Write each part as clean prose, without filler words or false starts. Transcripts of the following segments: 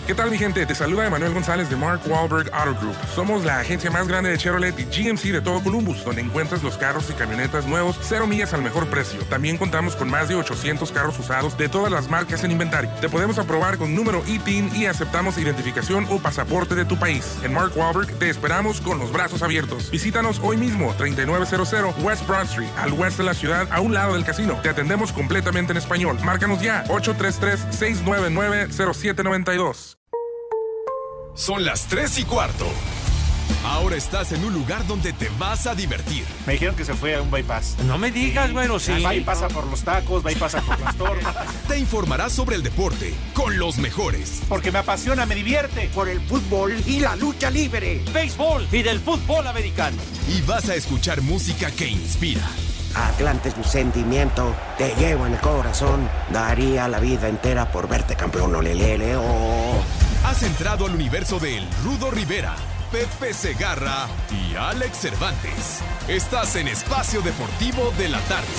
¿Qué tal, mi gente? Te saluda Emanuel González de Mark Wahlberg Auto Group. Somos la agencia más grande de Chevrolet y GMC de todo Columbus, donde encuentras los carros y camionetas nuevos, 0 millas al mejor precio. También contamos con más de 800 carros usados de todas las marcas en inventario. Te podemos aprobar con número ITIN y aceptamos identificación o pasaporte de tu país. En Mark Wahlberg te esperamos con los brazos abiertos. Visítanos hoy mismo, 3900 West Broad Street, al oeste de la ciudad, a un lado del casino. Te atendemos completamente en español. Márcanos ya, 833-699-0792. Son las 3:15. Ahora estás en un lugar donde te vas a divertir. Me dijeron que se fue a un bypass. No me digas, güero, sí. Va y pasa por los tacos, va y pasa por las tortas. Te informarás sobre el deporte con los mejores. Porque me apasiona, me divierte. Por el fútbol y la lucha libre. Béisbol y del fútbol americano. Y vas a escuchar música que inspira. Atlante es mi sentimiento, te llevo en el corazón. Daría la vida entera por verte campeón, olelele, oh. Has entrado al universo de El Rudo Rivera, Pepe Segarra y Alex Cervantes. Estás en Espacio Deportivo de la Tarde.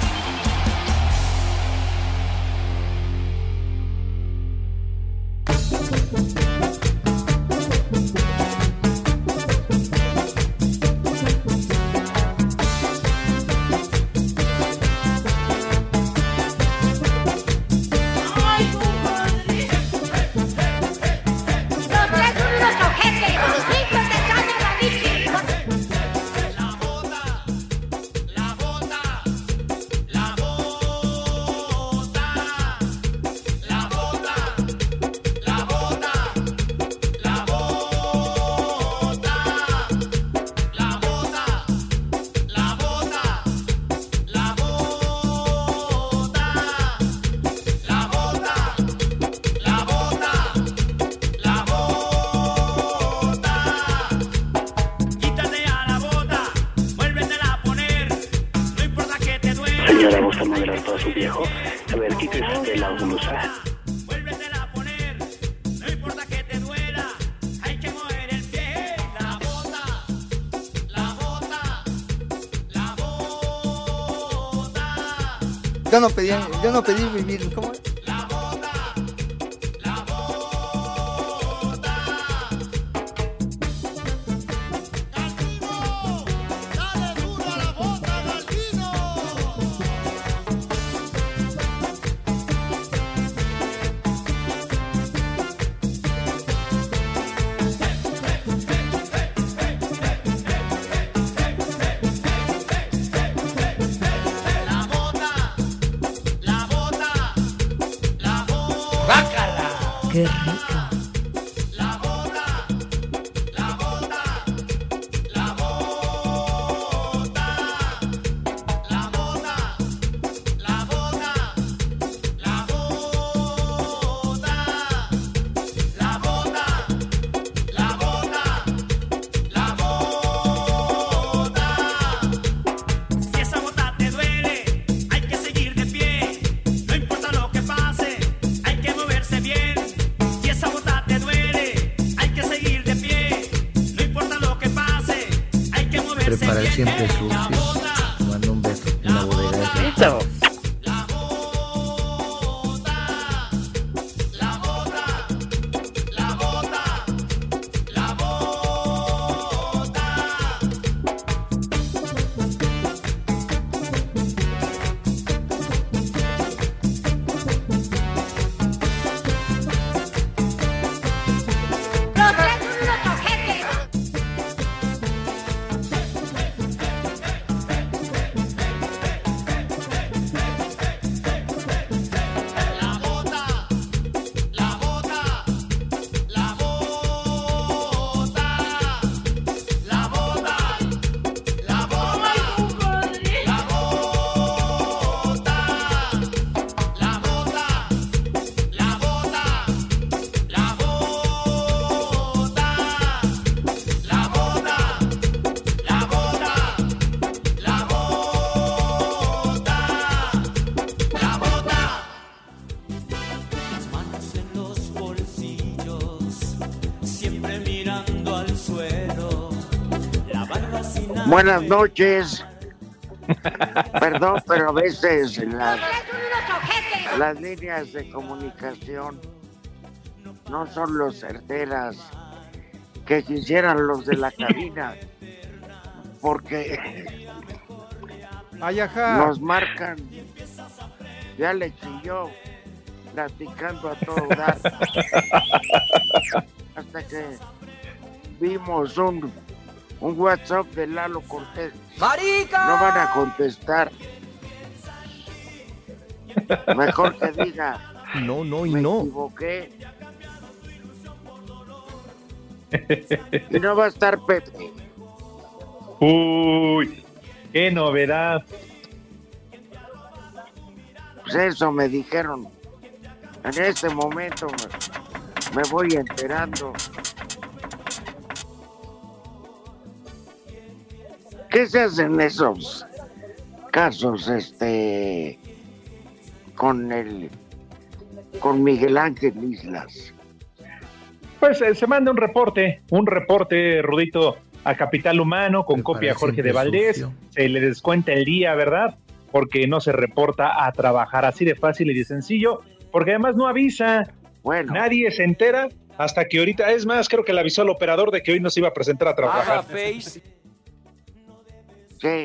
Yo no pedí vivir, ¿cómo es? ¡Qué rico! Siempre sucio. Mando un beso en la bodega de Buenas noches. Perdón, pero a veces las líneas de comunicación no son los certeras que quisieran los de la cabina, porque nos marcan, ya Alex y yo, platicando a todo dar, hasta que vimos un WhatsApp de Lalo Cortés. ¡Marica! No van a contestar. Mejor que diga, no, me equivoqué. Y no va a estar Pepe. Uy, qué novedad. Pues eso me dijeron. En este momento me voy enterando. ¿Qué se hace en esos casos, con Miguel Ángel Islas? Pues se manda un reporte, Rudito, a Capital Humano, con copia a Jorge de Valdés, se le descuenta el día, ¿verdad? Porque no se reporta a trabajar, así de fácil y de sencillo, porque además no avisa, nadie se entera, hasta que ahorita, es más, creo que le avisó al operador de que hoy no se iba a presentar a trabajar. Sí,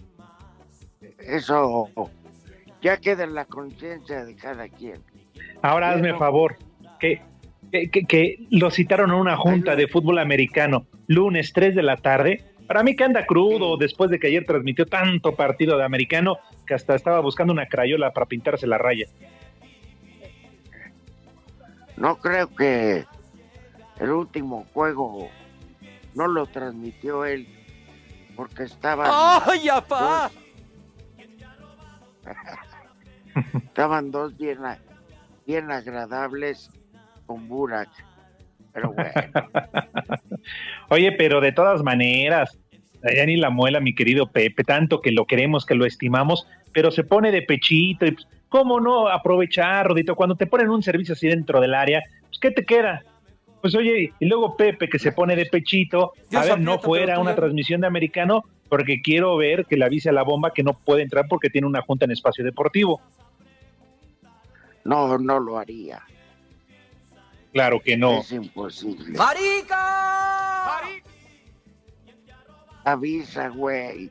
eso ya queda en la conciencia de cada quien. Ahora hazme favor, que lo citaron a una junta de fútbol americano, lunes 3 de la tarde, para mí que anda crudo, después de que ayer transmitió tanto partido de americano, que hasta estaba buscando una crayola para pintarse la raya. No creo que el último juego no lo transmitió él, porque estaban... ¡Ay, apá! Estaban dos bien agradables con Burak, pero bueno. Oye, pero de todas maneras, allá ni la muela, mi querido Pepe, tanto que lo queremos, que lo estimamos, pero se pone de pechito, y pues, ¿cómo no aprovechar, Rodito? Cuando te ponen un servicio así dentro del área, pues ¿qué te queda? Pues oye, y luego Pepe que se pone de pechito, a ver, no fuera una transmisión de americano, porque quiero ver que le avise a la bomba que no puede entrar porque tiene una junta en espacio deportivo. No lo haría. Claro que no. Es imposible. ¡Marica! Avisa, güey.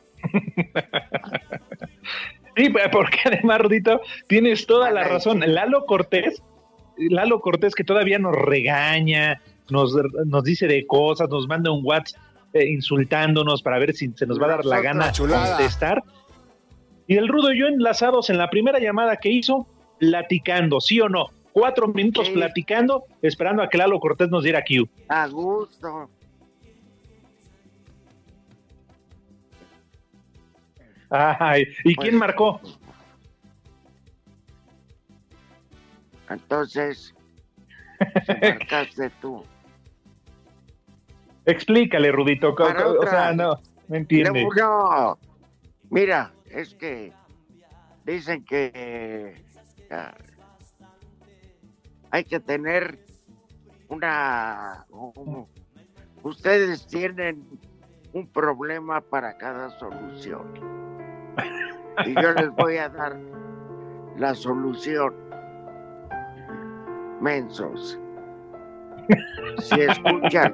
Sí, porque además, Rodito, tienes toda la razón. Lalo Cortés, que todavía nos regaña, nos dice de cosas, nos manda un WhatsApp insultándonos para ver si se nos va a dar la gana contestar. Y el Rudo y yo enlazados en la primera llamada que hizo, platicando, ¿sí o no? 4 minutos platicando, esperando a que Lalo Cortés nos diera Q. A gusto. Ay, ¿y quién marcó? Entonces, marcaste tú. Explícale, Rudito. O sea, no entiende. No, mira, es que dicen que hay que tener ustedes tienen un problema para cada solución. Y yo les voy a dar la solución. Mensos. Si escuchan,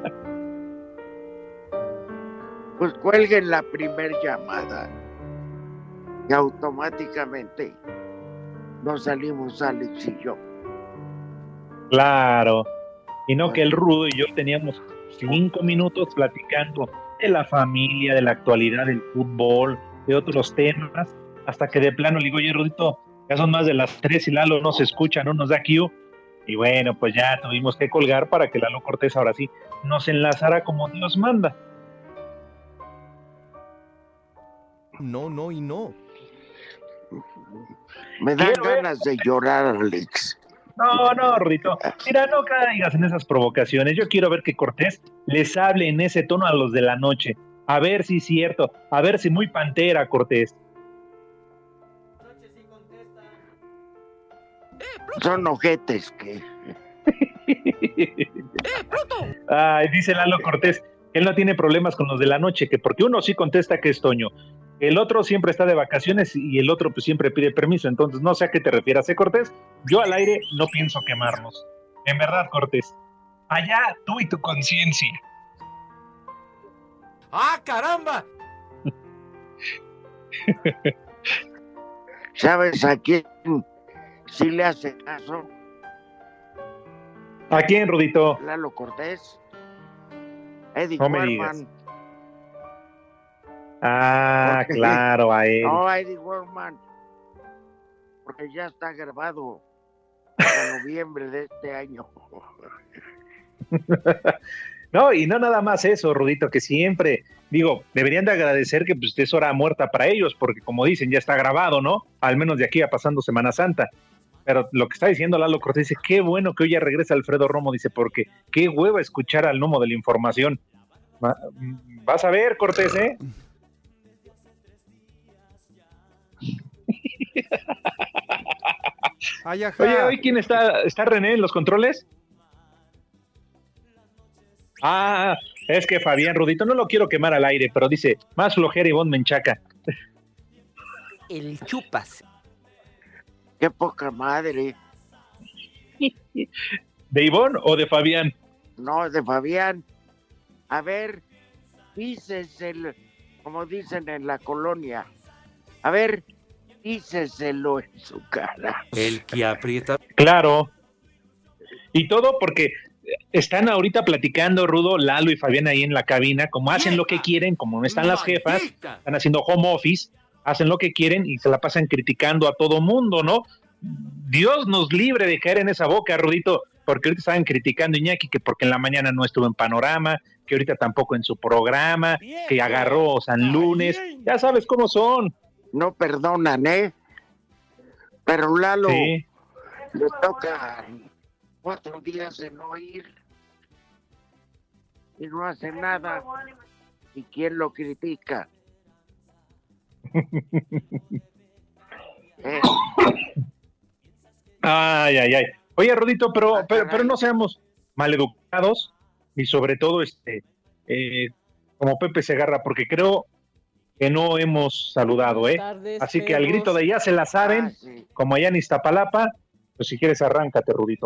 pues cuelguen la primer llamada y automáticamente nos salimos Alex y yo. Claro, y no que el Rudo y yo teníamos 5 minutos platicando de la familia, de la actualidad del fútbol, de otros temas, hasta que de plano le digo, oye, Rudito, ya son más de las 3 y Lalo no se escucha, no nos da Q. Y bueno, pues ya tuvimos que colgar para que Lalo Cortés ahora sí nos enlazara como Dios manda. No y no. Me dan ganas de llorar, Alex. No, Rudito. Mira, no caigas en esas provocaciones. Yo quiero ver que Cortés les hable en ese tono a los de la noche. A ver si es cierto. A ver si muy pantera, Cortés. Son ojetes que... Ay, dice Lalo Cortés que él no tiene problemas con los de la noche, que porque uno sí contesta que es Toño, el otro siempre está de vacaciones y el otro pues siempre pide permiso. Entonces no sé a qué te refieras, Cortés. Yo al aire no pienso quemarnos. En verdad, Cortés. Allá tú y tu conciencia. ¡Ah, caramba! ¿Sabes a quién sí le hace caso? ¿A quién, Rudito? Lalo Cortés. Eddie No me Warman. digas. Ah, claro, a él. No, a Eddie Warman. Porque ya está grabado para noviembre de este año. No, y no nada más eso, Rudito, que siempre, digo, deberían de agradecer que pues, es hora muerta para ellos, porque como dicen, ya está grabado, ¿no? Al menos de aquí a pasando Semana Santa. Pero lo que está diciendo Lalo Cortés dice, qué bueno que hoy ya regresa Alfredo Romo, dice, porque qué hueva escuchar al gnomo de la información. Vas a ver, Cortés, ¿eh? Ay, ajá. Oye, ¿hoy quién está? ¿Está René en los controles? Ah, es que Fabián, Rudito, no lo quiero quemar al aire, pero dice, más flojera Ivonne Menchaca. El chupas. Qué poca madre. ¿De Ivonne o de Fabián? No, de Fabián. A ver, díceselo, como dicen en la colonia. A ver, díceselo en su cara. El que aprieta. Claro. Y todo porque están ahorita platicando, Rudo, Lalo y Fabián ahí en la cabina, como hacen lo que quieren, como no están las jefas, están haciendo home office, hacen lo que quieren y se la pasan criticando a todo mundo, ¿no? Dios nos libre de caer en esa boca, Rudito, porque ahorita estaban criticando a Iñaki que porque en la mañana no estuvo en Panorama, que ahorita tampoco en su programa, que agarró San Lunes, ya sabes cómo son. No perdonan, ¿eh? Pero Lalo, sí, le toca 4 días de no ir y no hace nada. ¿Y quién lo critica? Ay, ay, ay. Oye, Rudito, pero no seamos maleducados y sobre todo como Pepe Segarra, porque creo que no hemos saludado, ¿eh? Así que al grito de ya se la saben, sí. Como allá en Iztapalapa, pues si quieres arráncate, Rudito.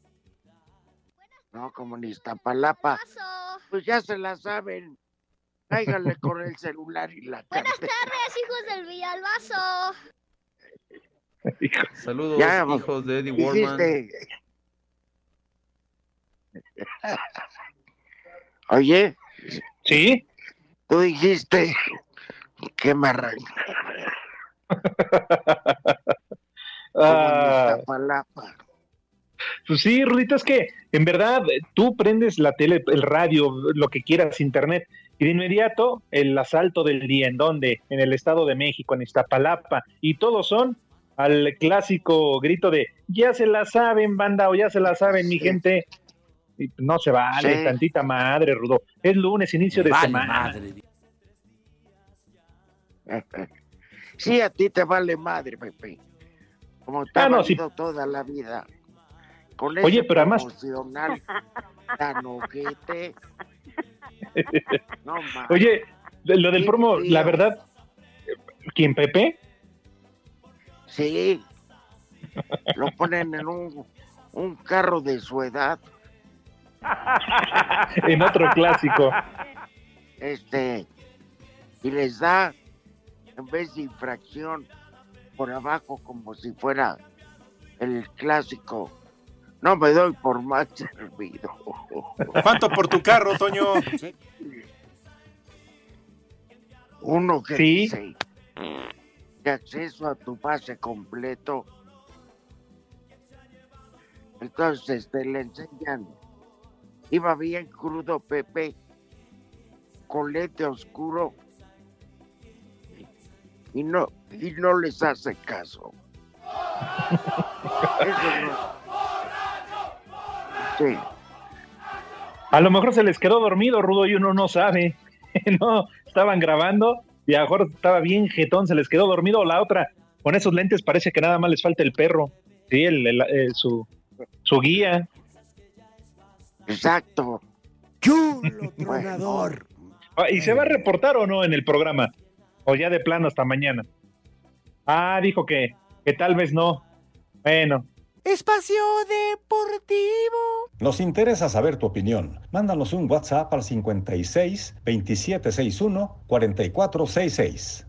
No, como en Iztapalapa. Pues ya se la saben. Cáiganle con el celular y la cartera. Buenas tardes, hijos del Villalbazo. Saludos, ya, hijos de Eddie Warman. Oye. ¿Sí? Tú dijiste que me arranca. Pues sí, Rudito, es que en verdad tú prendes la tele, el radio, lo que quieras, internet, y de inmediato el asalto del día, ¿en dónde? En el Estado de México, en Iztapalapa, y todos son al clásico grito de ya se la saben, banda, o ya se la saben, mi gente. Y no se vale, tantita madre, Rudo. Es lunes, inicio de semana. Madre. Sí, a ti te vale madre, Pepe. Como te ha valido toda la vida. Con oye, pero además tan ojete. No, oye, lo del promo, la verdad, ¿quién, Pepe? Sí. Lo ponen en un carro de su edad. En otro clásico. Y les da, en vez de infracción, por abajo como si fuera el clásico. No me doy por más servido. ¿Cuánto por tu carro, Toño? Uno que ¿sí? Dice de acceso a tu pase completo. Entonces te le enseñan. Iba bien crudo Pepe, con lente oscuro, y no les hace caso. Eso no. Sí. A lo mejor se les quedó dormido, Rudo, y uno no sabe. No, estaban grabando y a lo mejor estaba bien jetón, se les quedó dormido. O la otra, con esos lentes parece que nada más les falta el perro. Sí, su guía. Exacto. Chulo tronador. ¿Y se va a reportar o no en el programa? O ya de plano hasta mañana. Ah, dijo que tal vez no. Bueno. Espacio Deportivo. Nos interesa saber tu opinión. Mándanos un WhatsApp al 56 2761 4466.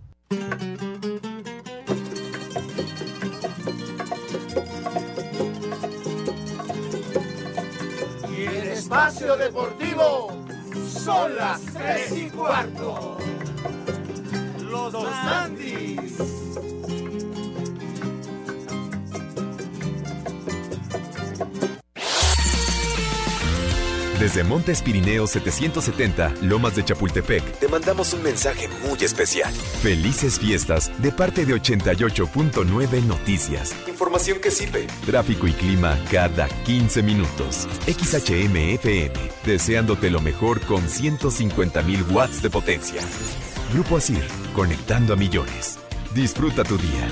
Y en Espacio Deportivo son las 3:15. Los Andis. Desde Montes Pirineos 770, Lomas de Chapultepec, te mandamos un mensaje muy especial. Felices fiestas de parte de 88.9 Noticias. Información que sirve. Tráfico y clima cada 15 minutos. XHM-FM, deseándote lo mejor con 150,000 watts de potencia. Grupo Asir, conectando a millones. Disfruta tu día.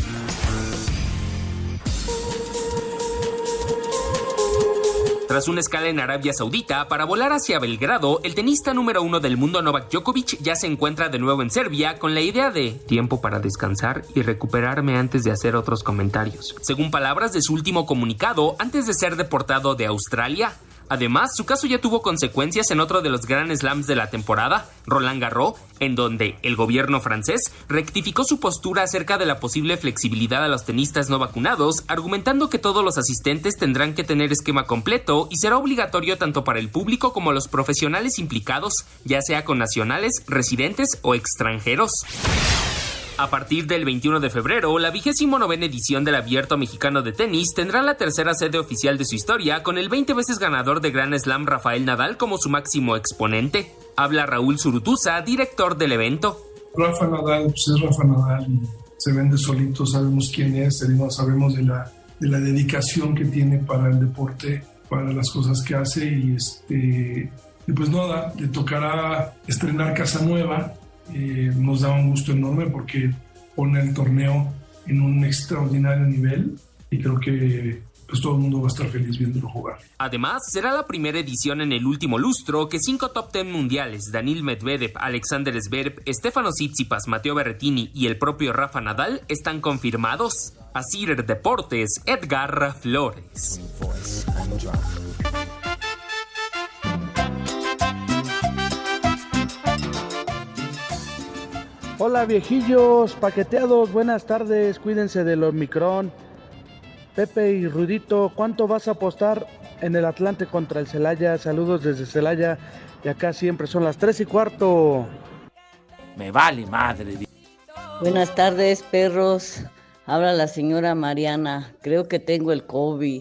Tras una escala en Arabia Saudita para volar hacia Belgrado, el tenista número 1 del mundo Novak Djokovic ya se encuentra de nuevo en Serbia con la idea de tiempo para descansar y recuperarme antes de hacer otros comentarios. Según palabras de su último comunicado, antes de ser deportado de Australia. Además, su caso ya tuvo consecuencias en otro de los Grand Slams de la temporada, Roland Garros, en donde el gobierno francés rectificó su postura acerca de la posible flexibilidad a los tenistas no vacunados, argumentando que todos los asistentes tendrán que tener esquema completo y será obligatorio tanto para el público como los profesionales implicados, ya sea con nacionales, residentes o extranjeros. A partir del 21 de febrero, la 29ª edición del Abierto Mexicano de Tenis tendrá la tercera sede oficial de su historia, con el 20 veces ganador de Grand Slam Rafael Nadal como su máximo exponente. Habla Raúl Zurutuza, director del evento. Rafa Nadal, pues es Rafa Nadal y se vende solito, sabemos quién es, sabemos de la dedicación que tiene para el deporte, para las cosas que hace y pues nada, le tocará estrenar casa nueva. Nos da un gusto enorme porque pone el torneo en un extraordinario nivel y creo que pues todo el mundo va a estar feliz viéndolo jugar. Además, será la primera edición en el último lustro que 5 top 10 mundiales, Daniil Medvedev, Alexander Zverev, Stefanos Tsitsipas, Matteo Berrettini y el propio Rafa Nadal están confirmados. Asir Deportes, Edgar Flores. Hola viejillos, paqueteados, buenas tardes, cuídense del Omicron. Pepe y Rudito, ¿cuánto vas a apostar en el Atlante contra el Celaya? Saludos desde Celaya y acá siempre son las 3:15. Me vale madre. Buenas tardes, perros. Habla la señora Mariana, creo que tengo el COVID.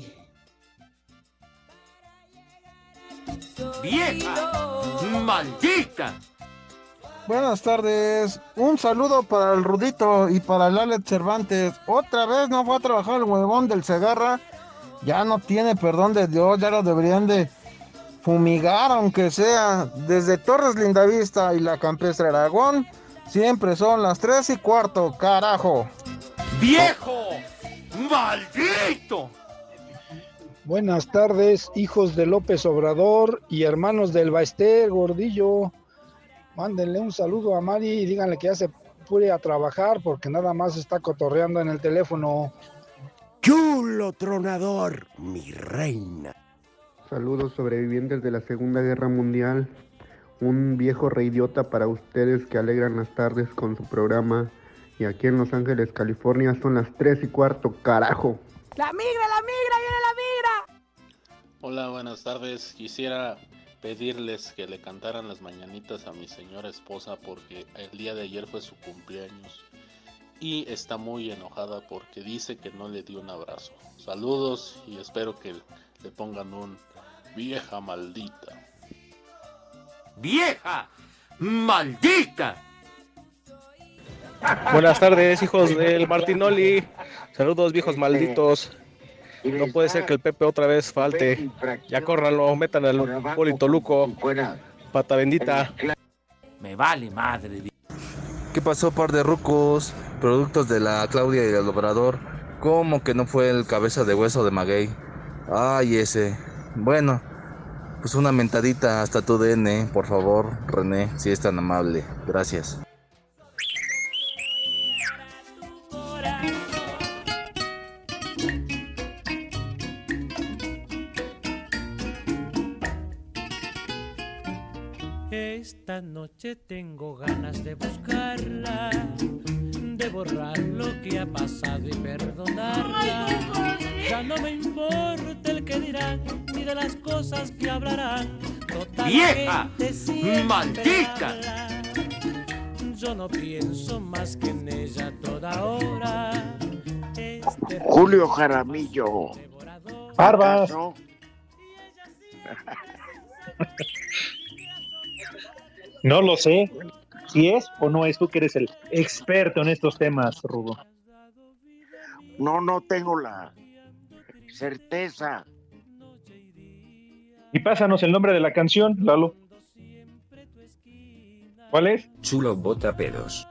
¡Vieja! ¡Maldita! Buenas tardes, un saludo para el Rudito y para el Alex Cervantes. Otra vez no fue a trabajar el huevón del Segarra. Ya no tiene perdón de Dios, ya lo deberían de fumigar aunque sea. Desde Torres Lindavista y la Campestre Aragón, siempre son las 3:15, carajo. ¡Viejo! ¡Maldito! Buenas tardes, hijos de López Obrador y hermanos del Baester, Gordillo. Mándenle un saludo a Mari y díganle que ya se puede a trabajar porque nada más está cotorreando en el teléfono. Chulo tronador, mi reina. Saludos sobrevivientes de la Segunda Guerra Mundial. Un viejo reidiota para ustedes que alegran las tardes con su programa. Y aquí en Los Ángeles, California, son las 3:15, carajo. ¡La migra, viene la migra! Hola, buenas tardes. Quisiera pedirles que le cantaran las mañanitas a mi señora esposa porque el día de ayer fue su cumpleaños y está muy enojada porque dice que no le dio un abrazo. Saludos y espero que le pongan un vieja maldita. ¡Vieja maldita! Buenas tardes, hijos del Martinoli. Saludos, viejos malditos. No puede ser que el Pepe otra vez falte. Ya córranlo, metan al Polito Luco. Pata bendita. Me vale madre. ¿Qué pasó, par de rucos? Productos de la Claudia y el Obrador. ¿Cómo que no fue el cabeza de hueso de Maguey? Ay, ese. Bueno, pues una mentadita hasta tu DN, por favor, René, si es tan amable. Gracias. Esta noche tengo ganas de buscarla, de borrar lo que ha pasado y perdonarla. Ya no me importa el que dirán, ni de las cosas que hablarán. Total, ¡vieja! ¡Maldita! Yo no pienso más que en ella toda hora. Julio Jaramillo. Barbas. No lo sé. Si es o no es, tú que eres el experto en estos temas, Rudo. No tengo la certeza. Y pásanos el nombre de la canción, Lalo. ¿Cuál es? Chulo bota pedos.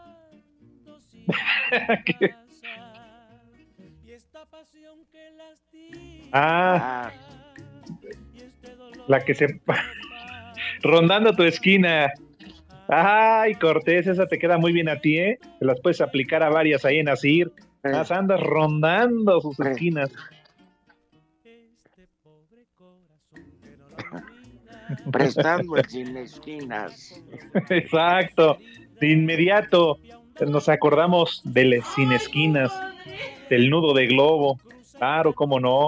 La que se... Rondando tu esquina. Ay, Cortés, esa te queda muy bien a ti, ¿eh? Te las puedes aplicar a varias ahí en Asir. Más andas rondando sus esquinas. Prestando el sin esquinas. Exacto. De inmediato nos acordamos del sin esquinas, del nudo de globo. Claro, cómo no.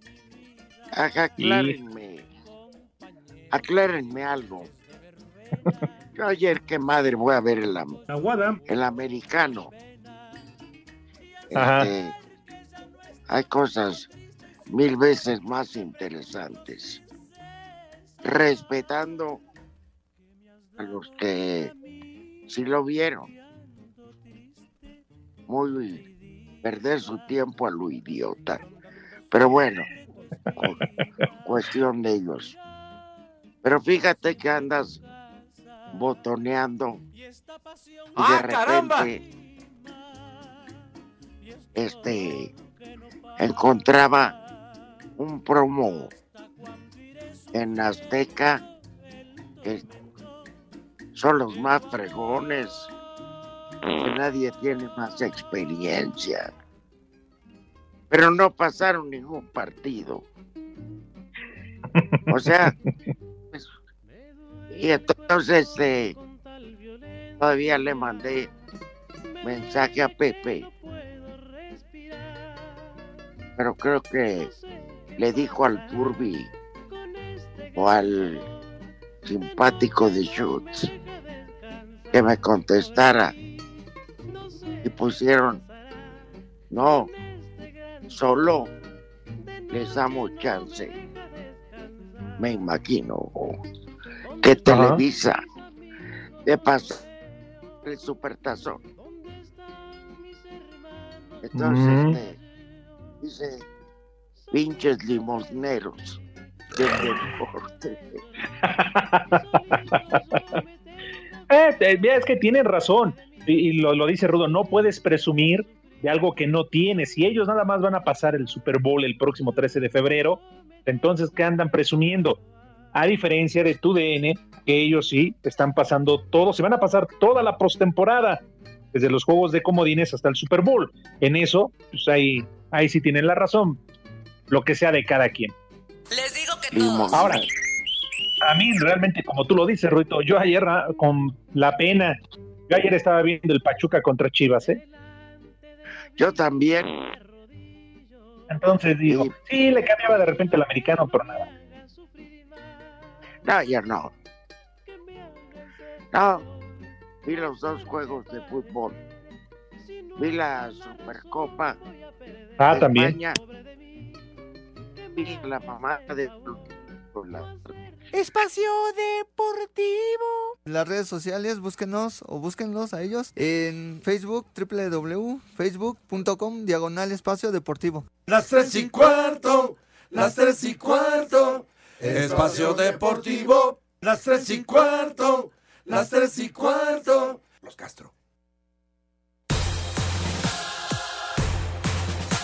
Aclárenme algo. Yo ayer, qué madre, voy a ver el americano. Hay cosas 1000 veces más interesantes. Respetando a los que sí lo vieron. Muy perder su tiempo a lo idiota. Pero bueno, cuestión de ellos. Pero fíjate que andas botoneando y de repente encontraba un promo en Azteca que son los más fregones, que nadie tiene más experiencia, pero no pasaron ningún partido. O sea, y entonces todavía le mandé mensaje a Pepe, pero creo que le dijo al Turbi o al simpático de Schutz que me contestara, y pusieron no, solo les damos chance. Me imagino que Televisa de pasar el Supertazón. Entonces dice, pinches limosneros del deporte. Es que tienen razón, y lo dice Rudo, no puedes presumir de algo que no tienes. Si ellos nada más van a pasar el Super Bowl el próximo 13 de febrero, entonces, ¿qué andan presumiendo? A diferencia de TUDN, que ellos sí están pasando todo, se van a pasar toda la postemporada, desde los juegos de comodines hasta el Super Bowl. En eso, pues ahí sí tienen la razón, lo que sea de cada quien. Les digo que todos. Ahora, a mí realmente, como tú lo dices, Ruito, yo ayer, con la pena, yo ayer estaba viendo el Pachuca contra Chivas, ¿eh? Yo también. Entonces digo, sí, le cambiaba de repente el americano, pero nada. No, yo no. No, vi los 2 juegos de fútbol. Vi la Supercopa de también. España. Vi la mamá de Espacio Deportivo. En las redes sociales, búsquenlos a ellos en Facebook, www.facebook.com/Espacio Deportivo. Las 3:15, las 3:15, Espacio Deportivo. Las 3:15, las 3:15. Los Castro.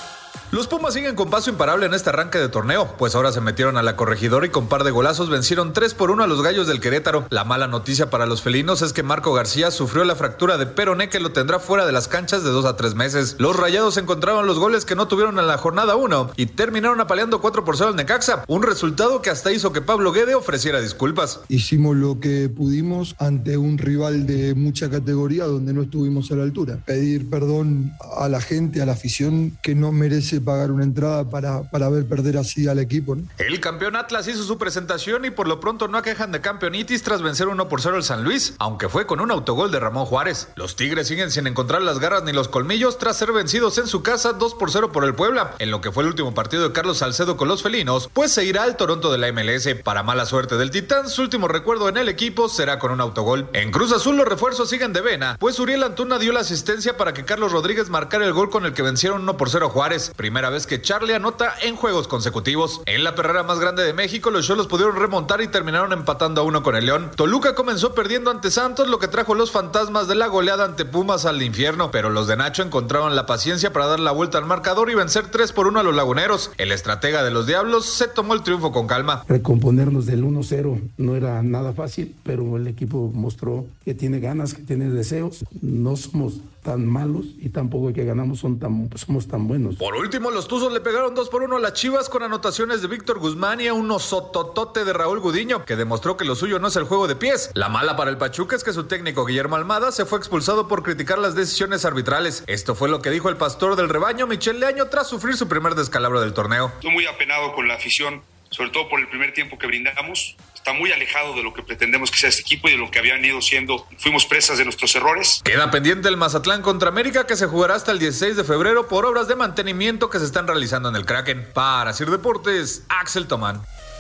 Los Pumas siguen con paso imparable en este arranque de torneo, pues ahora se metieron a la Corregidora y con par de golazos vencieron 3-1 a los Gallos del Querétaro. La mala noticia para los felinos es que Marco García sufrió la fractura de peroné que lo tendrá fuera de las canchas de 2 a 3 meses. Los Rayados encontraron los goles que no tuvieron en la jornada 1 y terminaron apaleando 4-0 al Necaxa, un resultado que hasta hizo que Pablo Guede ofreciera disculpas. Hicimos lo que pudimos ante un rival de mucha categoría donde no estuvimos a la altura. Pedir perdón a la gente, a la afición que no merece pagar una entrada para ver perder así al equipo, ¿no? El campeón Atlas hizo su presentación y por lo pronto no aquejan de campeonitis tras vencer 1-0 al San Luis, aunque fue con un autogol de Ramón Juárez. Los Tigres siguen sin encontrar las garras ni los colmillos tras ser vencidos en su casa 2-0 por el Puebla, en lo que fue el último partido de Carlos Salcedo con los felinos, pues se irá al Toronto de la MLS. Para mala suerte del Titán, su último recuerdo en el equipo será con un autogol. En Cruz Azul los refuerzos siguen de vena, pues Uriel Antuna dio la asistencia para que Carlos Rodríguez marcara el gol con el que vencieron 1-0 a Juárez, primera vez que Charlie anota en juegos consecutivos. En la perrera más grande de México, los Xolos pudieron remontar y terminaron empatando a 1 con el León. Toluca comenzó perdiendo ante Santos, lo que trajo los fantasmas de la goleada ante Pumas al infierno, pero los de Nacho encontraron la paciencia para dar la vuelta al marcador y vencer 3-1 a los laguneros. El estratega de los Diablos se tomó el triunfo con calma. Recomponernos del 1-0 no era nada fácil, pero el equipo mostró que tiene ganas, que tiene deseos. No somos tan malos y tampoco que ganamos somos tan buenos. Por último, los Tuzos le pegaron 2-1 a las Chivas con anotaciones de Víctor Guzmán y a un osototote de Raúl Gudiño, que demostró que lo suyo no es el juego de pies. La mala para el Pachuca es que su técnico Guillermo Almada se fue expulsado por criticar las decisiones arbitrales. Esto fue lo que dijo el pastor del rebaño, Michel Leaño, tras sufrir su primer descalabro del torneo. Estoy muy apenado con la afición, sobre todo por el primer tiempo que brindamos. Está muy alejado de lo que pretendemos que sea este equipo y de lo que habían ido siendo. Fuimos presas de nuestros errores. Queda pendiente el Mazatlán contra América, que se jugará hasta el 16 de febrero por obras de mantenimiento que se están realizando en el Kraken. Para Sir Deportes, Axel Tomán.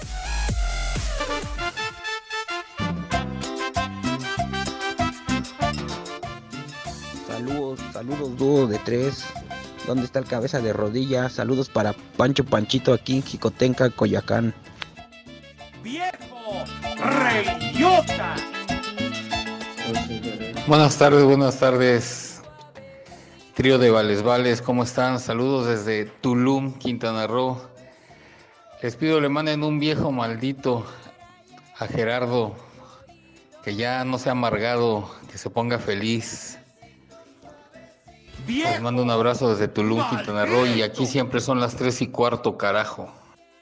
Saludos dúo de 3. ¿Dónde está el cabeza de rodilla? Saludos para Pancho Panchito aquí en Jicotenca, Coyacán. ¡Viejo reyota! Buenas tardes. Trío de Vales, ¿cómo están? Saludos desde Tulum, Quintana Roo. Les pido le manden un viejo maldito a Gerardo, que ya no sea amargado, que se ponga feliz. Les mando un abrazo desde Tulum, Quintana Roo, y aquí siempre son las 3:15, carajo.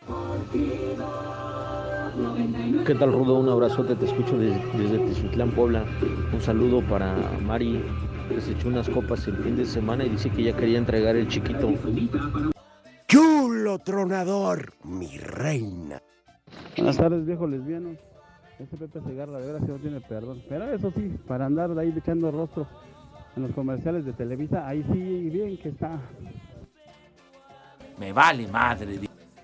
¿Qué tal, Rudo? Un abrazote, te escucho desde Tiziutlán, Puebla. Un saludo para Mari, que se echó unas copas el fin de semana y dice que ya quería entregar el chiquito. ¡Chulo tronador, mi reina! Buenas tardes, viejos lesbianos. Este Pepe Segarra de veras que no tiene perdón. Pero eso sí, para andar de ahí echando rostro en los comerciales de Televisa, ahí sí bien que está. Me vale madre.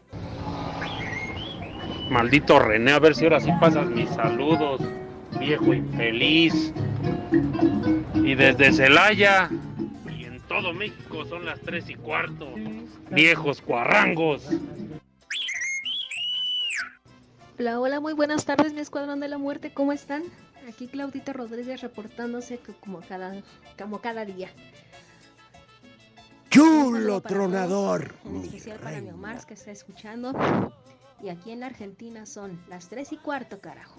Maldito René, a ver si ahora sí pasas mis saludos, viejo infeliz. Y desde Celaya y en todo México son las 3:15, viejos cuarrangos. Hola, muy buenas tardes, mi escuadrón de la muerte, ¿cómo están? Aquí Claudita Rodríguez reportándose como cada día. ¡Chulo tronador! En especial para mi Omar, que está escuchando. Y aquí en la Argentina son las 3:15, carajo.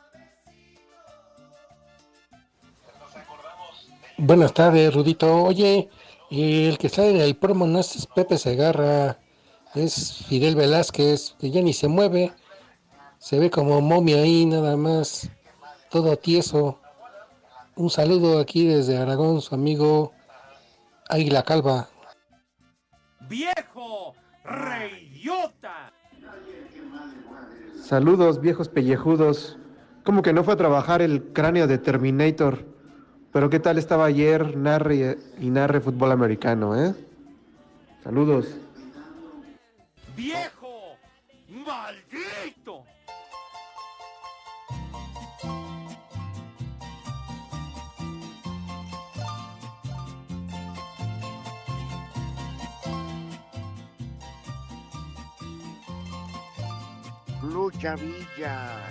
Buenas tardes, Rudito. Oye, el que está en el promo no es Pepe Segarra, es Fidel Velázquez, que ya ni se mueve. Se ve como momia ahí nada más, todo tieso. Un saludo aquí desde Aragón, su amigo Águila Calva. ¡Viejo reyota! Saludos, viejos pellejudos. ¿Cómo que no fue a trabajar el cráneo de Terminator? Pero ¿qué tal estaba ayer narre fútbol americano, eh? Saludos. ¡Viejo maldito! Lucha Villa.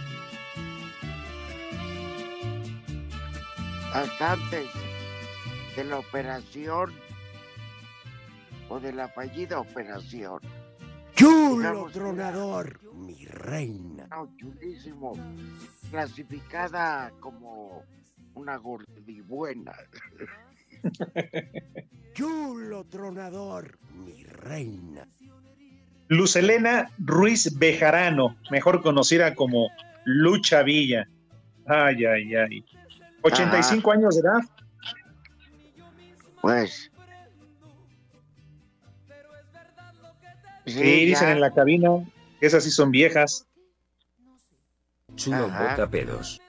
Hasta antes de la operación o de la fallida operación. Chulo Digamos, tronador, mi reina. No, chulísimo. Clasificada como una gordibuena. Chulo tronador, mi reina. Luz Helena Ruiz Bejarano, mejor conocida como Lucha Villa. Ay, ay, ay. 85 años de edad. Pues. Sí, dicen en la cabina que esas sí son viejas. Chulo bota pedos.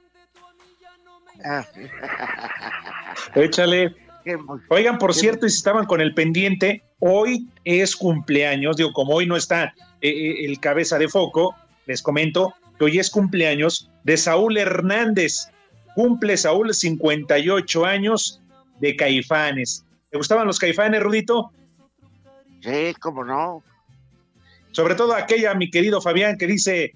Échale. Oigan, por cierto, y si estaban con el pendiente, hoy es cumpleaños, digo, como hoy no está el cabeza de foco, les comento que hoy es cumpleaños de Saúl Hernández. Cumple Saúl 58 años de Caifanes. ¿Te gustaban los Caifanes, Rudito? Sí, cómo no. Sobre todo aquella, mi querido Fabián, que dice,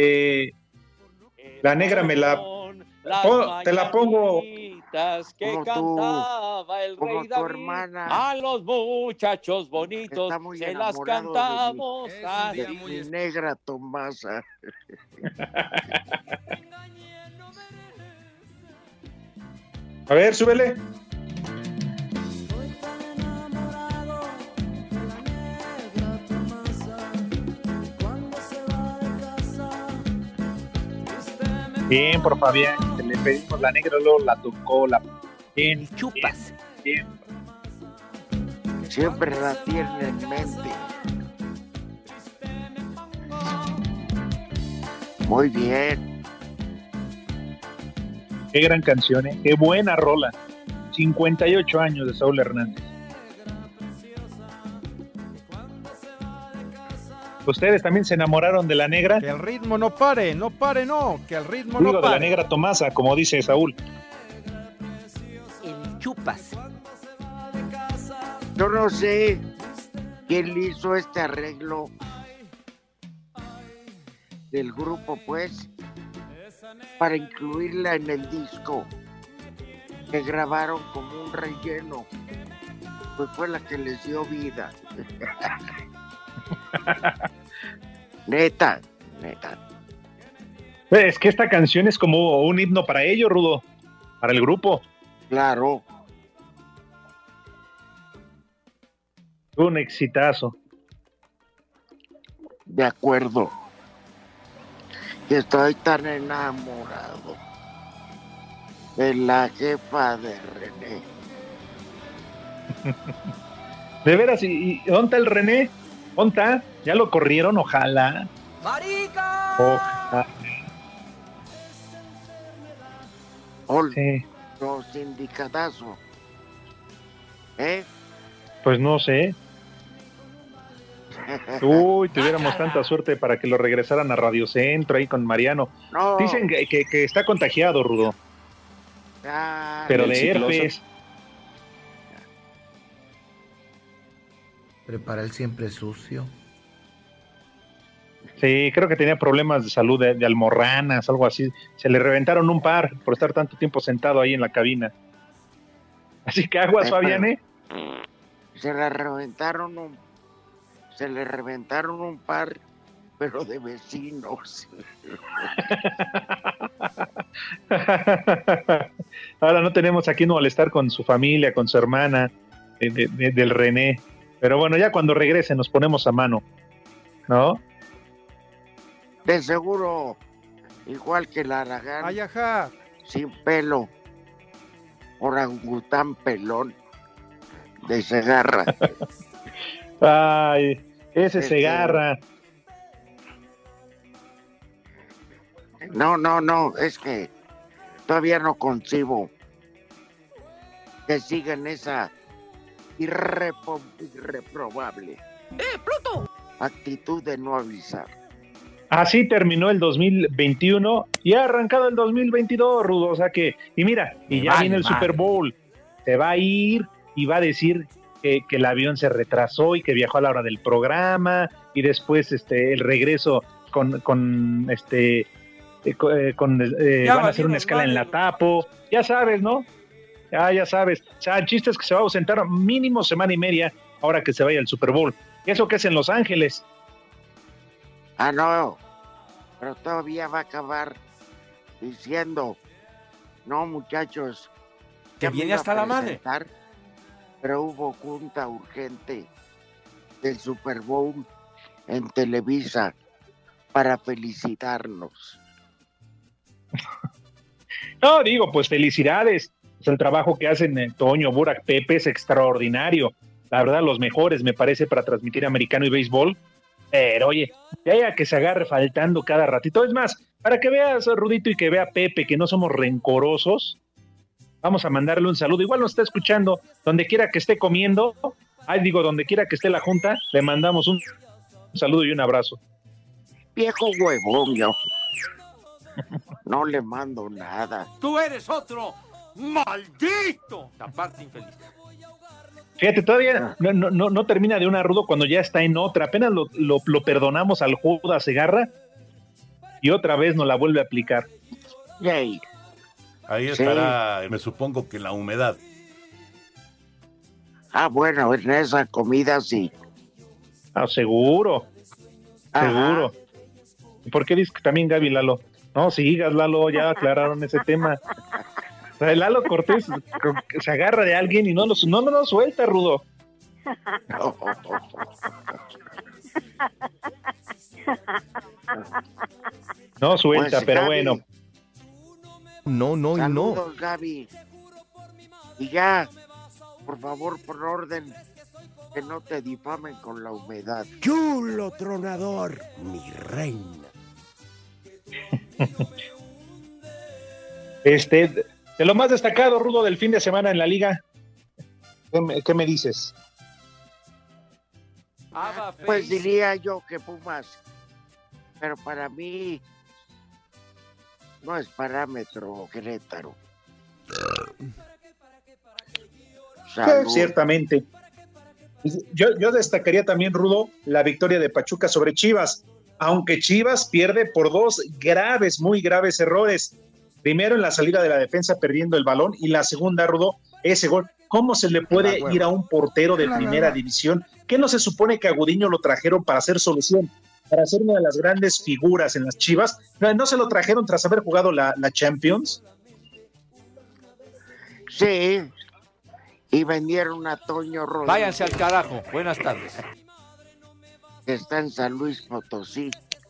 la negra me la... te la pongo... que cantaba el rey David, hermana, a los muchachos bonitos se las cantamos de mi negra Tomasa. A ver, súbele. Bien, por Fabián, que le pedimos la negra, luego la tocó, la... Bien, chupas. Bien. Siempre la tiene en mente. Muy bien. Qué gran canción, ¿eh? Qué buena rola. 58 años de Saúl Hernández. ¿Ustedes también se enamoraron de la negra? Que el ritmo no pare, no, que el ritmo Digo, no pare. de la negra Tomasa, como dice Saúl. El chupas. Yo no sé quién hizo este arreglo del grupo, pues, para incluirla en el disco que grabaron como un relleno. Pues fue la que les dio vida. Neta. Es que esta canción es como un himno para ellos, Rudo, para el grupo. Claro. Un exitazo. De acuerdo. Que estoy tan enamorado de la jefa de René. De veras, ¿y dónde está el René? ¿Dónde está? ¿Ya lo corrieron? Ojalá. ¡Marica! Ojalá. Sí. Los sindicatazos. Pues no sé. Uy, tuviéramos tanta suerte para que lo regresaran a Radio Centro ahí con Mariano. No. Dicen que está contagiado, Rudo. Pero de herpes. Prepara el siempre sucio. Sí, creo que tenía problemas de salud, de almorranas, algo así. Se le reventaron un par por estar tanto tiempo sentado ahí en la cabina. Así que aguas, Fabián, ¿eh? Se le reventaron un par, pero de vecinos. Ahora no tenemos a quién molestar con su familia, con su hermana, del René. Pero bueno, ya cuando regrese nos ponemos a mano, ¿no? De seguro, igual que el Aragán, Ay, ajá. sin pelo, orangután pelón, de Segarra. Ay, ese Segarra. No, es que todavía no concibo que sigan esa irreprobable Pluto! actitud de no avisar. Así terminó el 2021 y ha arrancado el 2022, Rudo. O sea que, y mira, y ya viene el Super Bowl. Se va a ir y va a decir que el avión se retrasó y que viajó a la hora del programa y después el regreso van a hacer una escala en la Tapo. Ya sabes, ¿no? Ya sabes, o sea, el chiste es que se va a ausentar mínimo semana y media ahora que se vaya al Super Bowl. ¿Y eso que es en Los Ángeles? No, pero todavía va a acabar diciendo, no muchachos, que viene hasta la madre. Pero hubo junta urgente del Super Bowl en Televisa para felicitarnos. No, digo, pues felicidades. Pues el trabajo que hacen Toño, Burak, Pepe es extraordinario. La verdad, los mejores, me parece, para transmitir americano y béisbol. Pero, oye, ya que se agarre faltando cada ratito. Es más, para que veas, Rudito, y que vea Pepe, que no somos rencorosos, vamos a mandarle un saludo. Igual nos está escuchando, donde quiera que esté comiendo, donde quiera que esté la junta, le mandamos un saludo y un abrazo. Viejo huevón, yo. No le mando nada. Tú eres otro maldito. La parte infeliz. Fíjate, todavía no termina de una, Rudo, cuando ya está en otra. Apenas lo perdonamos al Judas Segarra y otra vez nos la vuelve a aplicar. Yay. Ahí estará, me supongo que la humedad. Bueno, en esa comida sí. Seguro. Ajá. Seguro. ¿Por qué dices que también Gaby, Lalo? No, sigas, Lalo, ya aclararon ese tema. O sea, Lalo Cortés se agarra de alguien y no lo suelta, Rudo. No suelta, pues, pero Gaby, bueno. No. Saludos, Gaby. Y ya, por favor, por orden, que no te difamen con la humedad. Chulo tronador, mi reina. De lo más destacado, Rudo, del fin de semana en la liga, ¿qué me dices? Pues diría yo que Pumas, pero para mí no es parámetro Querétaro. Ciertamente. Yo destacaría también, Rudo, la victoria de Pachuca sobre Chivas, aunque Chivas pierde por muy graves errores. Primero, en la salida de la defensa perdiendo el balón, y la segunda, Rudo, ese gol. ¿Cómo se le puede ir a un portero de primera división? ¿Qué no se supone que a Gudiño lo trajeron para hacer solución, para ser una de las grandes figuras en las Chivas? ¿No se lo trajeron tras haber jugado la Champions? Sí, y vendieron a Toño Rodríguez. Váyanse al carajo, buenas tardes. Está en San Luis Potosí.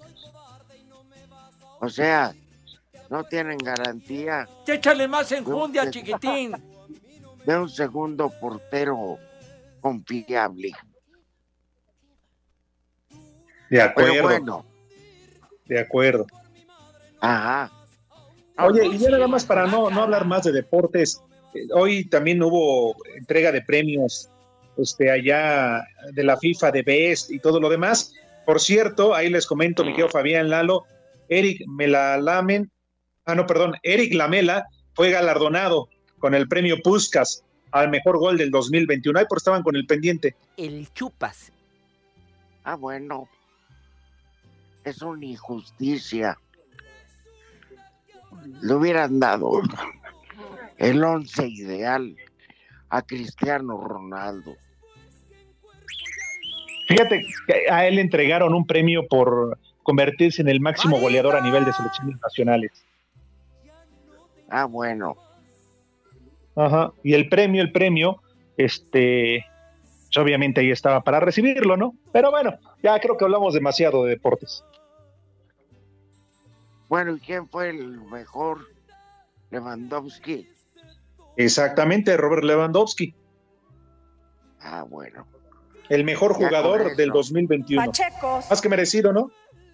O sea, no tienen garantía. Échale más enjundia, chiquitín. De un segundo portero confiable. De acuerdo. Pero bueno. De acuerdo. Ajá. Oye, y ya nada más para no hablar más de deportes, hoy también hubo entrega de premios allá de la FIFA de Best y todo lo demás. Por cierto, ahí les comento, mi querido Fabián, Lalo, Eric Lamela fue galardonado con el premio Puskás al mejor gol del 2021. Ahí por estaban con el pendiente. El Chupas. Bueno. Es una injusticia. Le hubieran dado el 11 ideal a Cristiano Ronaldo. Fíjate que a él le entregaron un premio por convertirse en el máximo goleador a nivel de selecciones nacionales. Bueno. Ajá, y el premio, pues obviamente ahí estaba para recibirlo, ¿no? Pero bueno, ya creo que hablamos demasiado de deportes. Bueno, ¿y quién fue el mejor? Lewandowski. Exactamente, Robert Lewandowski. Bueno. El mejor jugador del 2021. Pachecos. Más que merecido, ¿no?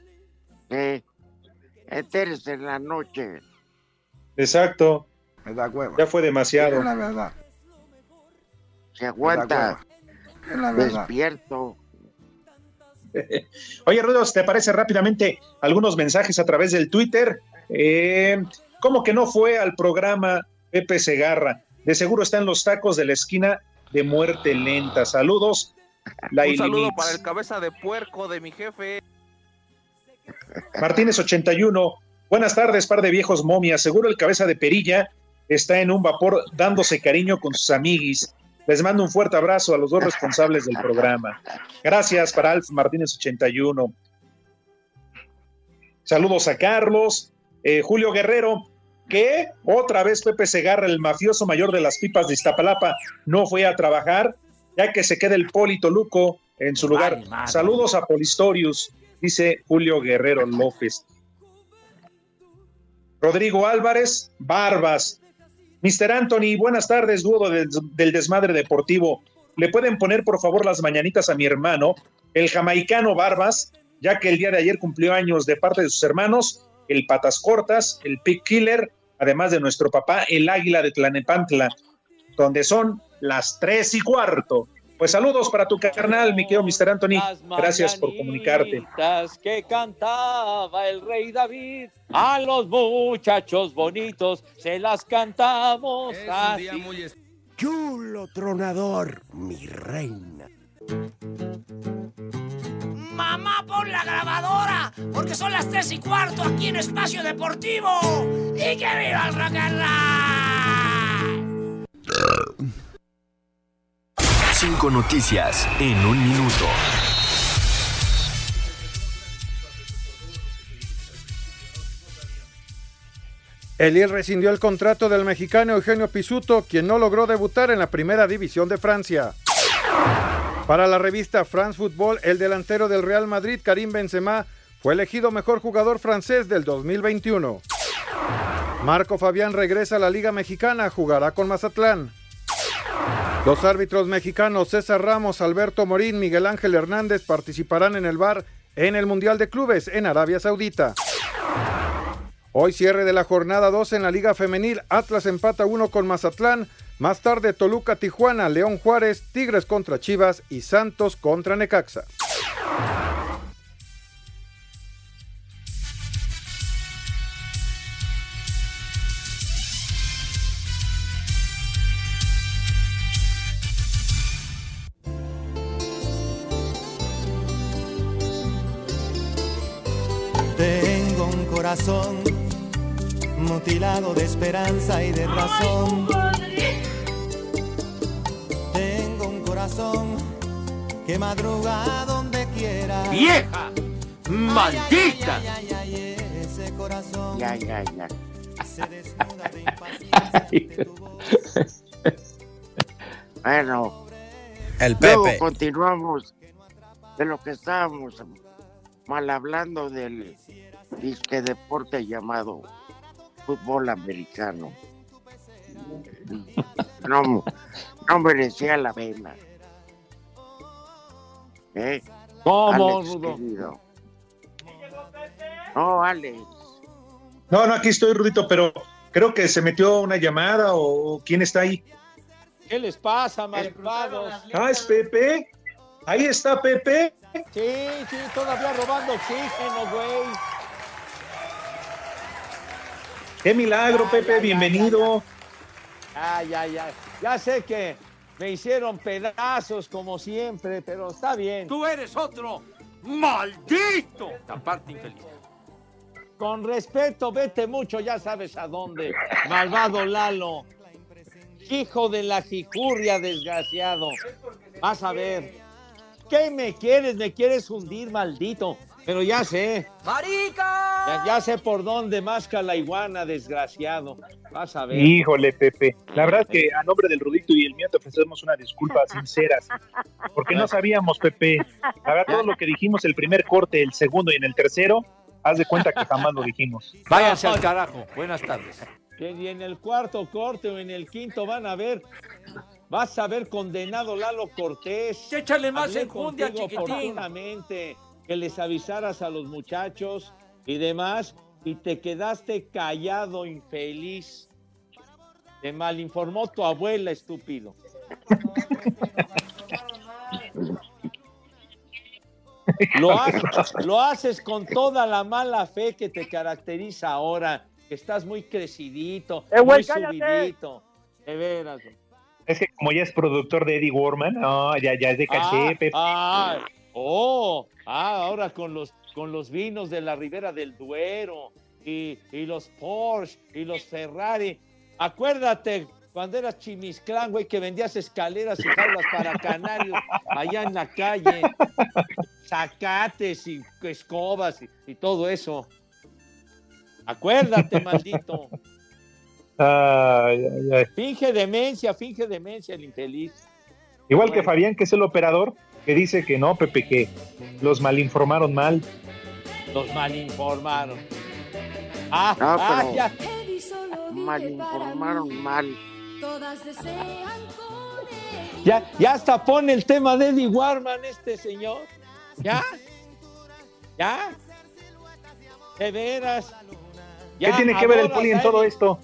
Entérese en la noche. Exacto. Me da hueva. Ya fue demasiado. Es la verdad. Se aguanta. Es la verdad. Despierto. Oye, Rudos, ¿te parece rápidamente algunos mensajes a través del Twitter? ¿Cómo que no fue al programa Pepe Segarra? De seguro está en los tacos de la esquina de Muerte Lenta. Saludos. Un saludo para el cabeza de puerco de mi jefe. Martínez 81. Buenas tardes, par de viejos momias. Seguro el cabeza de perilla está en un vapor dándose cariño con sus amiguis. Les mando un fuerte abrazo a los dos responsables del programa. Gracias para Alf Martínez 81. Saludos a Carlos. Julio Guerrero, que otra vez Pepe Segarra, el mafioso mayor de las pipas de Iztapalapa, no fue a trabajar, ya que se queda el Poli Toluco en su lugar. Saludos a Polistorius, dice Julio Guerrero López. Rodrigo Álvarez, Barbas. Mr. Anthony, buenas tardes, dúo del Desmadre Deportivo. ¿Le pueden poner, por favor, las mañanitas a mi hermano, el jamaicano Barbas, ya que el día de ayer cumplió años de parte de sus hermanos, el Patas Cortas, el Pig Killer, además de nuestro papá, el Águila de Tlanepantla, donde son las 3:15? Pues saludos para tu carnal, mi querido Mr. Anthony. Gracias por comunicarte. Que cantaba el rey David, a los muchachos bonitos se las cantamos así. Chulo tronador, mi reina. Mamá, pon la grabadora, porque son las 3:15 aquí en Espacio Deportivo. ¡Y que viva el rock and roll! 5 noticias en un minuto. El Lille rescindió el contrato del mexicano Eugenio Pizzuto, quien no logró debutar en la primera división de Francia. Para la revista France Football, el delantero del Real Madrid, Karim Benzema, fue elegido mejor jugador francés del 2021. Marco Fabián regresa a la Liga Mexicana, jugará con Mazatlán. Los árbitros mexicanos César Ramos, Alberto Morín, Miguel Ángel Hernández participarán en el VAR en el Mundial de Clubes en Arabia Saudita. Hoy cierre de la jornada 2 en la Liga Femenil, Atlas empata 1 con Mazatlán, más tarde Toluca Tijuana, León Juárez, Tigres contra Chivas y Santos contra Necaxa. Tengo un corazón mutilado de esperanza y de razón. Tengo un corazón que madruga donde quiera. ¡Vieja! ¡Maldita! Ay, ay, ay, ay, ese corazón Ya. se desnuda de impaciencia ante tu voz. Bueno, el luego Pepe. continuamos de lo que estábamos mal hablando del disque deporte llamado fútbol americano. No merecía la pena. ¿Cómo, Alex, Rudo? querido. No, Alex. No, aquí estoy, Rudito, pero creo que se metió una llamada o quién está ahí. ¿Qué les pasa, malvados? Ah, es Pepe. Ahí está Pepe. Sí, todavía robando oxígeno, güey. Qué milagro, Pepe, bienvenido. Ya sé que me hicieron pedazos como siempre, pero está bien. Tú eres otro maldito. Aparte infeliz. Con respeto, vete mucho, ya sabes a dónde. Malvado Lalo. Hijo de la jicurria, desgraciado. Vas a ver. ¿Qué me quieres? Me quieres hundir, maldito. Pero ya sé. ¡Marica! Ya sé por dónde masca la iguana, desgraciado. Vas a ver. Híjole, Pepe. La verdad es que a nombre del Rudito y el mío te ofrecemos una disculpa sinceras. Porque no sabíamos, Pepe. La verdad, todo lo que dijimos el primer corte, el segundo y en el tercero, haz de cuenta que jamás lo dijimos. Váyanse al carajo. Buenas tardes. Y en el cuarto corte o en el quinto vas a ver condenado Lalo Cortés. Échale más Hablé enjundia, contigo chiquitín. oportunamente, que les avisaras a los muchachos y demás, y te quedaste callado, infeliz. Te malinformó tu abuela, estúpido. Lo haces con toda la mala fe que te caracteriza ahora, que estás muy crecidito, muy subidito. De veras. Es que como ya es productor de Eddie Warman, no, ya es de caché, Pepe. Ahora con los vinos de la Ribera del Duero y los Porsche y los Ferrari. Acuérdate cuando eras Chimisclán, güey, que vendías escaleras y jaulas para canarios allá en la calle. Zacates y escobas y todo eso. Acuérdate, maldito. Ay. Finge demencia el infeliz. Igual que Fabián, que es el operador, que dice que no, Pepe, que los malinformaron mal. Los malinformaron. Ya. Malinformaron mal. Ya hasta pone el tema de Eddie Warman este señor. ¿Ya? De veras. ¿Qué tiene que ver el Poli en todo esto?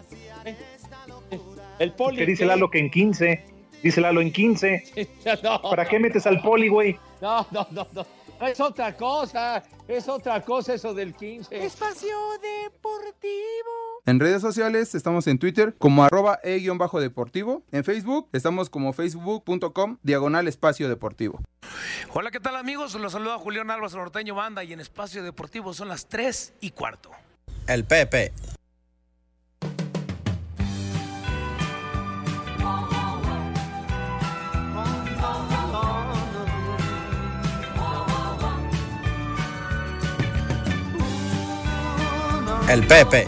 El Poli. Que dice Lalo que en 15. Dice Lalo en 15. No. ¿Para qué metes al Poli, güey? No. Es otra cosa eso del 15. Espacio Deportivo. En redes sociales estamos en Twitter como @e_deportivo. En Facebook estamos como facebook.com/Espacio Deportivo. Hola, ¿qué tal, amigos? Los saluda Julián Álvarez, Norteño Banda, y en Espacio Deportivo son las 3:15. El Pepe. El Pepe.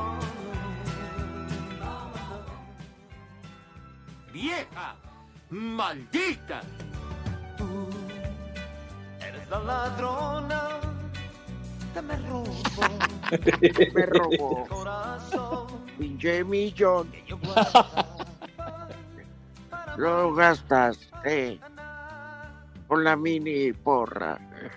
¡Vieja! ¡Maldita! Tú eres la ladrona que me robó. Pinche millón. Lo gastaste con la mini porra.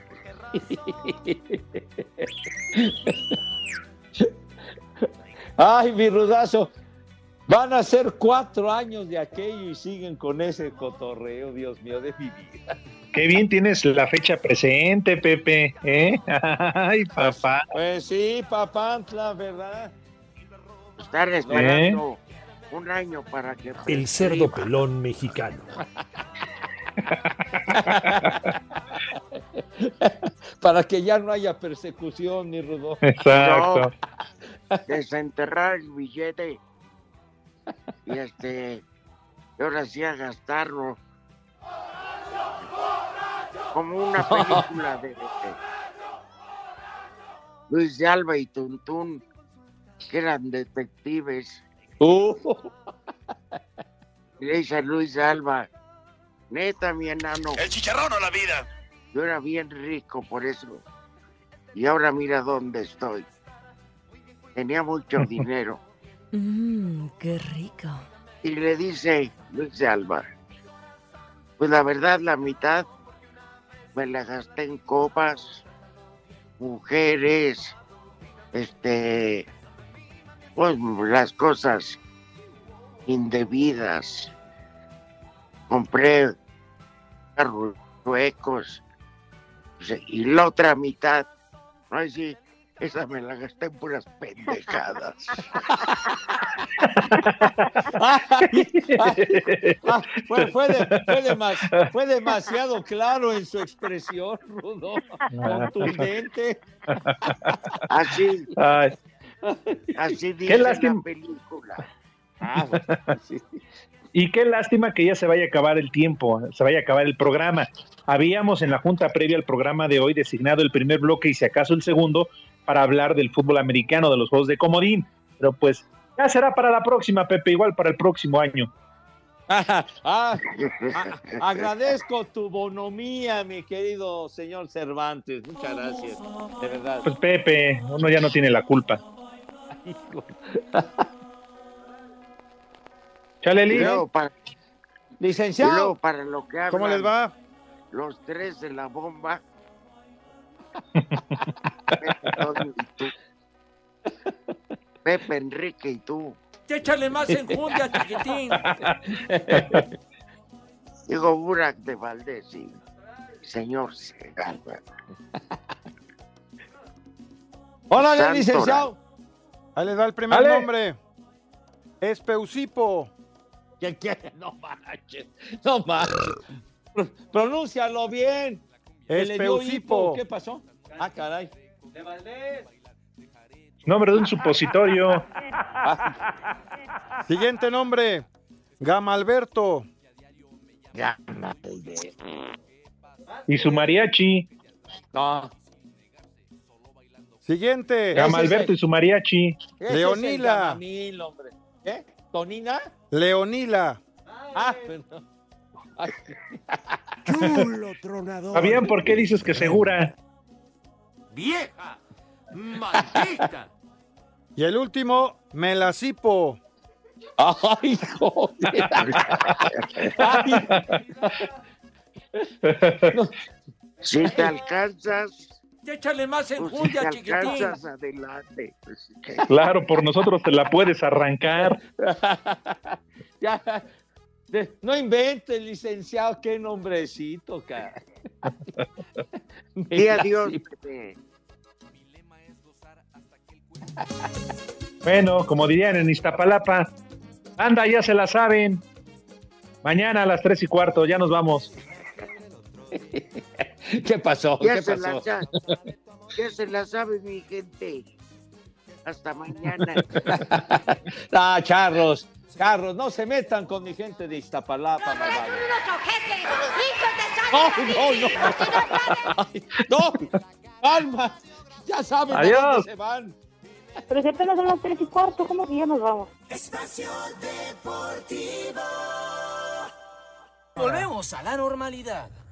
Ay, mi Rudazo, van a ser 4 años de aquello y siguen con ese cotorreo, Dios mío, de mi vida. Qué bien tienes la fecha presente, Pepe, ¿eh? Ay, papá. Pues sí, papantla, ¿verdad? Estar esperando un año para que... El cerdo pelón mexicano. Para que ya no haya persecución, mi Rudo. Exacto. No, desenterrar el billete y ahora sí a gastarlo como una película de Luis de Alba y Tuntún, que eran detectives. Y le dice a Luis de Alba: neta, mi enano, El chicharrón o la vida. yo era bien rico por eso, y ahora mira dónde estoy. Tenía mucho dinero. Qué rico. Y le dice Luis de Alba: pues la verdad, la mitad me la gasté en copas, mujeres, pues las cosas indebidas. Compré carros suecos, y la otra mitad, ay sí, esa me la gasté en puras pendejadas. Fue demasiado claro en su expresión, Rudo, contundente. Así dice la película. Sí. Y qué lástima que ya se vaya a acabar el tiempo, se vaya a acabar el programa. Habíamos en la junta previa al programa de hoy designado el primer bloque y si acaso el segundo para hablar del fútbol americano, de los juegos de comodín. Pero pues ya será para la próxima, Pepe, igual para el próximo año. Agradezco tu bonomía, mi querido señor Cervantes. Muchas gracias, de verdad. Pues Pepe, uno ya no tiene la culpa. Chale, licenciado. Y luego para lo que hablan, ¿Cómo les va? Los tres de la bomba. Pepe, Enrique y tú. Échale más enjundia, chiquitín. Digo, Burak de Valdés y señor Segarra. Hola, licenciado. Ahí les da el primer nombre. Espeusipo. ¿Qué? No manches. Pronúncialo bien. Espeusipo. ¿Qué pasó? Caray. De Valdés. Nombre de un supositorio. Siguiente nombre, Gamalberto. Y su mariachi. No. Siguiente. Gamalberto y su mariachi. Leonila. Hombre. ¿Qué? ¿Tonina? Leonila. Ah, perdón. Ay. Chulo tronador. Fabián, ¿por qué dices que segura? ¡Vieja! ¡Maldita! Y el último, Melasipo. ¡Ay, joder! Ay. No. Si te alcanzas, échale más pues enjundia, si te chiquitín. alcanzas, adelante. Pues, ¿qué? Claro, por nosotros te la puedes arrancar. Ya, no inventes, licenciado, qué nombrecito, cara. Y adiós, Pepe. Bueno, como dirían en Iztapalapa, anda, ya se la saben. Mañana a las 3:15, ya nos vamos. ¿Qué pasó? Ya ¿Qué se pasó? Ya se la sabe mi gente. Hasta mañana. Ah, charros, no se metan con mi gente de Iztapalapa. No, calma, ya saben a dónde se van. Pero si apenas son las 3:15, ¿cómo que ya nos vamos? Espacio Deportivo. Volvemos a la normalidad.